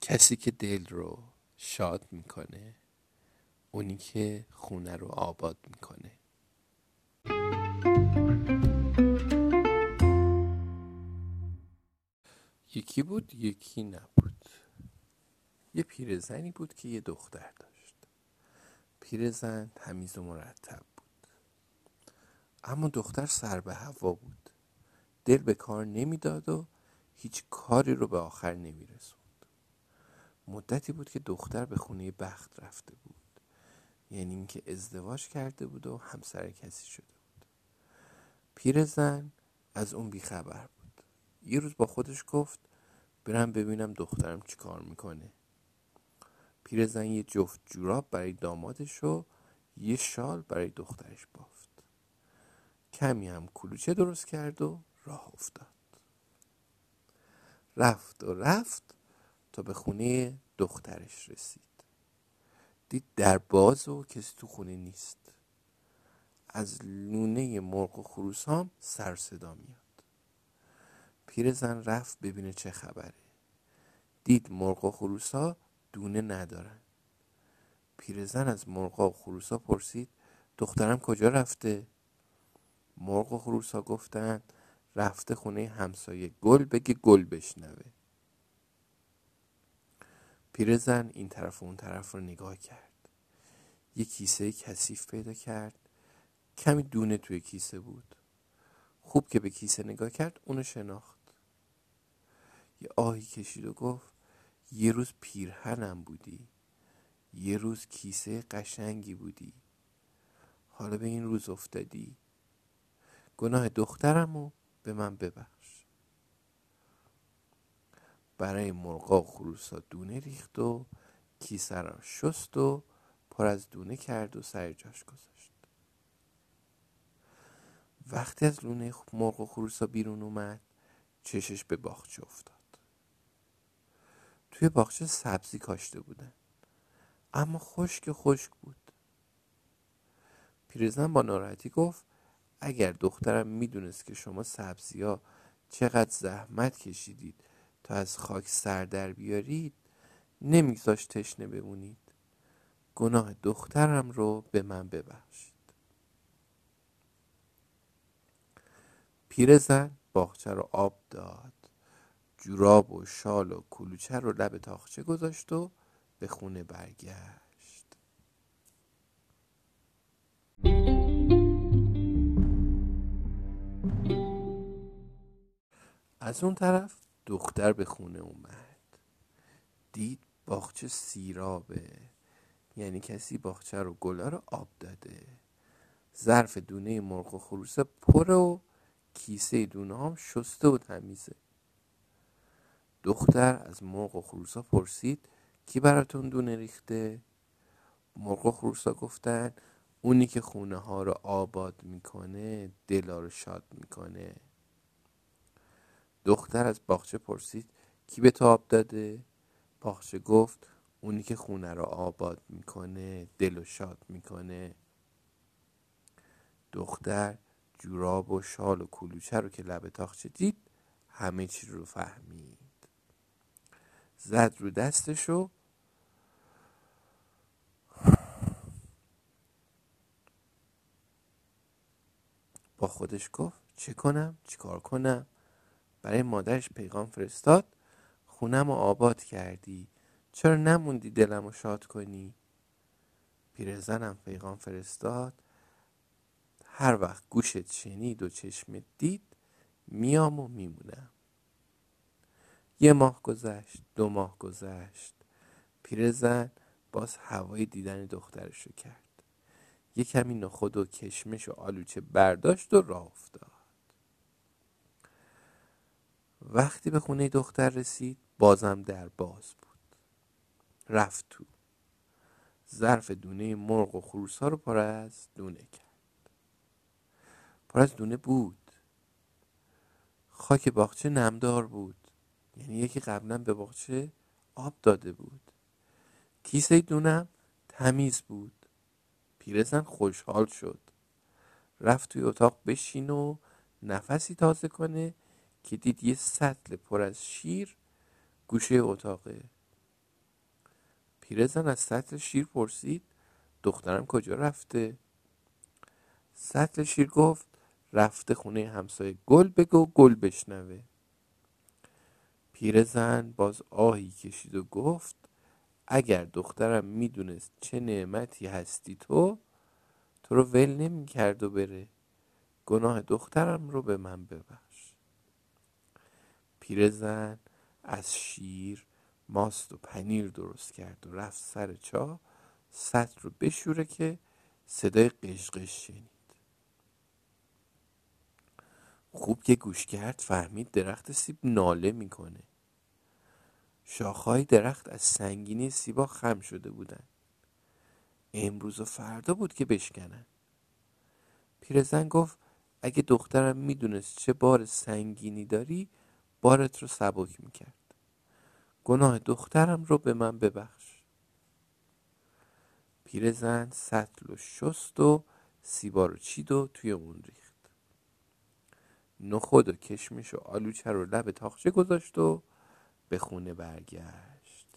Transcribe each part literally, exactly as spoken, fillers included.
کسی که دل رو شاد میکنه اونی که خونه رو آباد میکنه. یکی بود یکی نبود. یه پیرزنی بود که یه دختر داشت. پیرزن تمیز و مرتب بود، اما دختر سر به هوا بود. دل به کار نمیداد و هیچ کاری رو به آخر نمیرسوند. مدتی بود که دختر به خونه بخت رفته بود، یعنی اینکه ازدواج کرده بود و همسر کسی شده بود. پیرزن از اون بیخبر بود. یه روز با خودش گفت برم ببینم دخترم چی کار میکنه. پیرزن یه جفت جوراب برای دامادش و یه شال برای دخترش بافت. کمی هم کلوچه درست کرد و راه افتاد. رفت و رفت تا به خونه دخترش رسید. دید در باز و کسی تو خونه نیست. از لونه مرغ و خروس هم سر صدا میاد. پیرزن رفت ببینه چه خبره. دید مرغ و خروس ها دونه ندارن. پیرزن از مرغ و خروس ها پرسید دخترم کجا رفته؟ مرغ و خروس ها گفتن رفته خونه همسایه گل بگه گل بشنوه. پیرزن این طرف و اون طرف رو نگاه کرد. یه کیسه کثیف پیدا کرد. کمی دونه توی کیسه بود. خوب که به کیسه نگاه کرد اونو شناخت. یه آهی کشید و گفت یه روز پیرهنم بودی، یه روز کیسه قشنگی بودی، حالا به این روز افتادی. گناه دخترمو به من ببخش. برای مرغا و خروسا دونه ریخت و کیسه را شست و پر از دونه کرد و سر جاش گذاشت. وقتی از لونه مرغ و خروسا بیرون اومد چشش به باغچه افتاد. توی باغچه سبزی کاشته بودن، اما خشک خشک بود. پیرزن با ناراحتی گفت اگر دخترم میدونست که شما سبزی ها چقدر زحمت کشیدید تا از خاک سر در بیارید نمیگذاشت تشنه بمونید. گناه دخترم رو به من ببخشید. پیرزن باغچه رو آب داد، جوراب و شال و کلوچه رو لب تاقچه گذاشت و به خونه برگشت. از اون طرف دختر به خونه اومد. دید باغچه سیرابه، یعنی کسی باغچه رو گلا رو آب داده. ظرف دونه مرغ و خروسه پره و کیسه دونه هم شسته و تمیزه. دختر از مرغ و خروسا پرسید کی براتون دونه ریخته؟ مرغ و خروسا گفتن اونی که خونه ها رو آباد میکنه دلا رو شاد میکنه. دختر از باغچه پرسید کی به تو آب داده؟ باغچه گفت اونی که خونه رو آباد میکنه دل رو شاد میکنه. دختر جوراب و شال و کلوچه رو که لب تاقچه دید همه چی رو فهمید. زد رو دستش و با خودش گفت چه کنم چی کار کنم. برای مادرش پیغام فرستاد خونم رو آباد کردی، چرا نموندی دلم رو شاد کنی؟ پیرزنم پیغام فرستاد هر وقت گوشت شنید و چشمت دید میام و میمونم. یه ماه گذشت، دو ماه گذشت. پیرزن باز هوای دیدن دخترش رو کرد. یه کمی نخود و کشمش و آلوچه برداشت و راه افتاد. وقتی به خونه دختر رسید بازم در باز بود. رفت تو. ظرف دونه مرغ و خروس ها رو پر از دونه کرد. پر از دونه بود. خاک باغچه نمدار بود، یعنی یکی قبلا به باغچه آب داده بود. کیسه دونم تمیز بود. پیرزن خوشحال شد. رفت توی اتاق بشین و نفسی تازه کنه که دید یه سطل پر از شیر گوشه اتاقه. پیرزن از سطل شیر پرسید دخترم کجا رفته؟ سطل شیر گفت رفته خونه همسایه، گل بگو گل بشنوه. پیرزن باز آهی کشید و گفت اگر دخترم میدونست چه نعمتی هستی تو تو رو ول نمی کرد و بره. گناه دخترم رو به من ببخش. پیرزن از شیر ماست و پنیر درست کرد و رفت سر چاه سطل رو بشوره که صدای قشقش شنید. خوب که گوش کرد فهمید درخت سیب ناله میکنه. شاخهای درخت از سنگینی سیبا خم شده بودن. امروز و فردا بود که بشکنن. پیرزن گفت اگه دخترم میدونست چه بار سنگینی داری بارت رو سبک میکرد. گناه دخترم رو به من ببخش. پیرزن سطل و شست و سیبا رو چید و توی اون ریخت. نخود و کشمش و آلوچه رو لب تاقچه گذاشت و به خونه برگشت.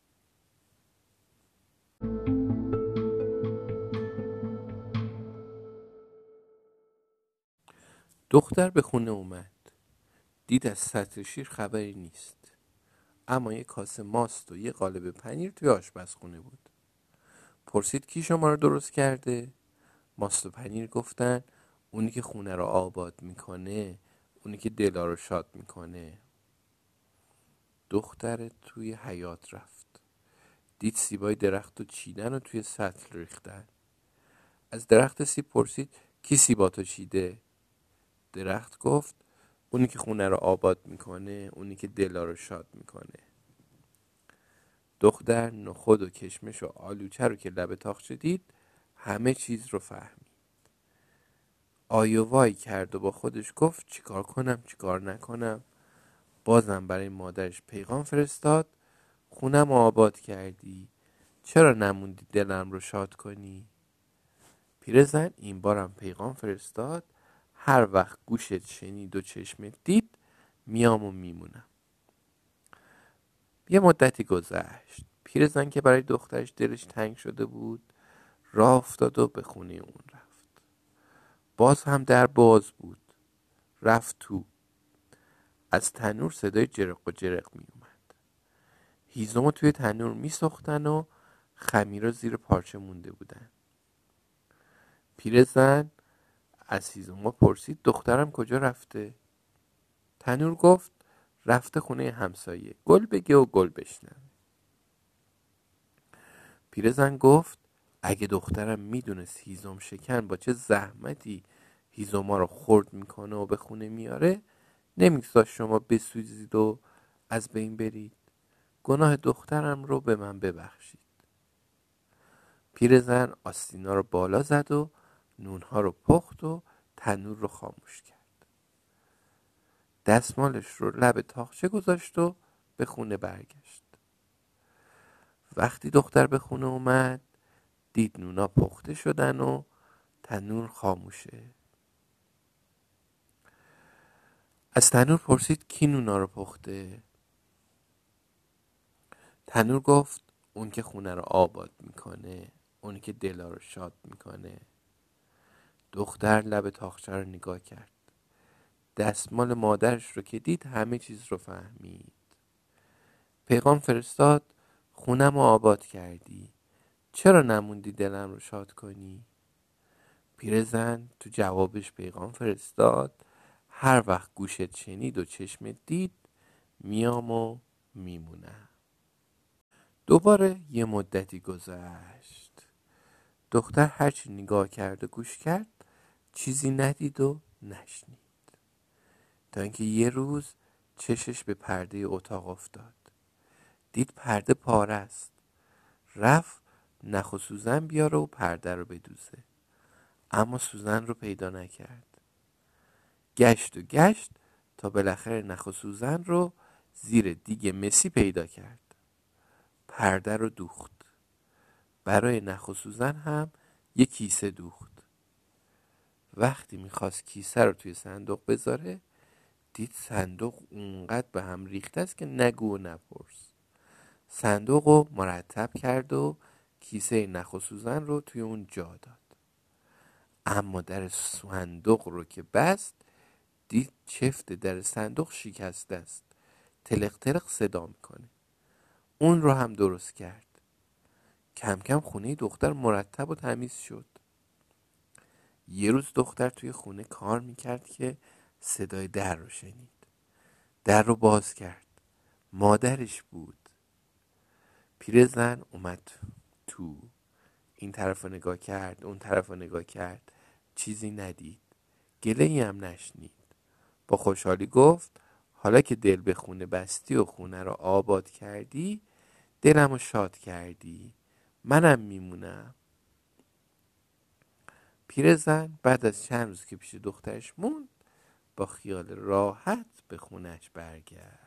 دختر به خونه اومد. دید از سطل شیر خبری نیست. اما یه کاسه ماست و یه قالب پنیر توی آشپزخونه بود. پرسید کی شما رو درست کرده؟ ماست و پنیر گفتن اونی که خونه رو آباد میکنه، اونی که دلا رو شاد میکنه. دختر توی حیاط رفت. دید سیبای درخت رو چیدن و توی سطل ریختن. از درخت سیب پرسید کی سیباتو چیده؟ درخت گفت اونی که خونه رو آباد میکنه، اونی که دلا رو شاد میکنه. دختر نخود و کشمش و آلوچه رو که لب تاقچه دید همه چیز رو فهمید. آی و وای کرد و با خودش گفت چیکار کنم چیکار نکنم. بازم برای مادرش پیغام فرستاد خونم آباد کردی، چرا نموندی دلم رو شاد کنی؟ پیرزن این بارم پیغام فرستاد هر وقت گوشت شنید و چشمت دید میام و میمونم. یه مدتی گذشت. پیرزن که برای دخترش دلش تنگ شده بود راه افتاد و به خونه اون رفت. باز هم در باز بود. رفت تو. از تنور صدای جرق و جرق می اومد. هیزمو توی تنور می سختن و خمیرا زیر پارچه مونده بودن. پیرزن از هیزما پرسید دخترم کجا رفته؟ تنور گفت رفته خونه همسایه، گل بگه و گل بشنوه. پیرزن گفت اگه دخترم میدونست هیزم شکن با چه زحمتی هیزما رو خرد میکنه و به خونه میاره نمیگذاشت شما بسوزید و از بین برید. گناه دخترم رو به من ببخشید. پیرزن آستینا رو بالا زد و نونها رو پخت و تنور رو خاموش کرد. دستمالش رو لب تاقچه گذاشت و به خونه برگشت. وقتی دختر به خونه اومد دید نونا پخته شدن و تنور خاموشه. از تنور پرسید کی نونا رو پخته؟ تنور گفت اون که خونه رو آباد میکنه، اون که دلا رو شاد میکنه. دختر لب تاقچه رو نگاه کرد. دستمال مادرش رو که دید همه چیز رو فهمید. پیغام فرستاد خونم رو آباد کردی، چرا نموندی دلم رو شاد کنی؟ پیرزن تو جوابش پیغام فرستاد هر وقت گوشت شنید و چشمت دید میام و میمونم. دوباره یه مدتی گذشت. دختر هرچی نگاه کرد و گوش کرد چیزی ندید و نشنید تا اینکه یه روز چشش به پرده اتاق افتاد. دید پرده پاره است. رفت نخ و سوزن بیاره و پرده رو بدوزه، اما سوزن رو پیدا نکرد. گشت و گشت تا بالاخره نخ و سوزن رو زیر دیگ مسی پیدا کرد. پرده رو دوخت. برای نخ و سوزن هم یه کیسه دوخت. وقتی میخواست کیسه رو توی صندوق بذاره دید صندوق اونقدر به هم ریخته است که نگو و نپرس. صندوق رو مرتب کرد و کیسه نخ و سوزن رو توی اون جا داد. اما در صندوق رو که بست دید چفت در صندوق شکسته است، تلق تلق صدا میکنه. اون رو هم درست کرد. کم کم خونه دختر مرتب و تمیز شد. یه روز دختر توی خونه کار میکرد که صدای در رو شنید. در رو باز کرد. مادرش بود. پیرزن اومد تو. این طرف رو نگاه کرد، اون طرف رو نگاه کرد، چیزی ندید. گله‌ای هم نشنید. با خوشحالی گفت حالا که دل به خونه بستی و خونه رو آباد کردی، دلم رو شاد کردی، منم میمونم. پیرزن بعد از چند روز که پیش دخترش موند با خیال راحت به خونش برگشت.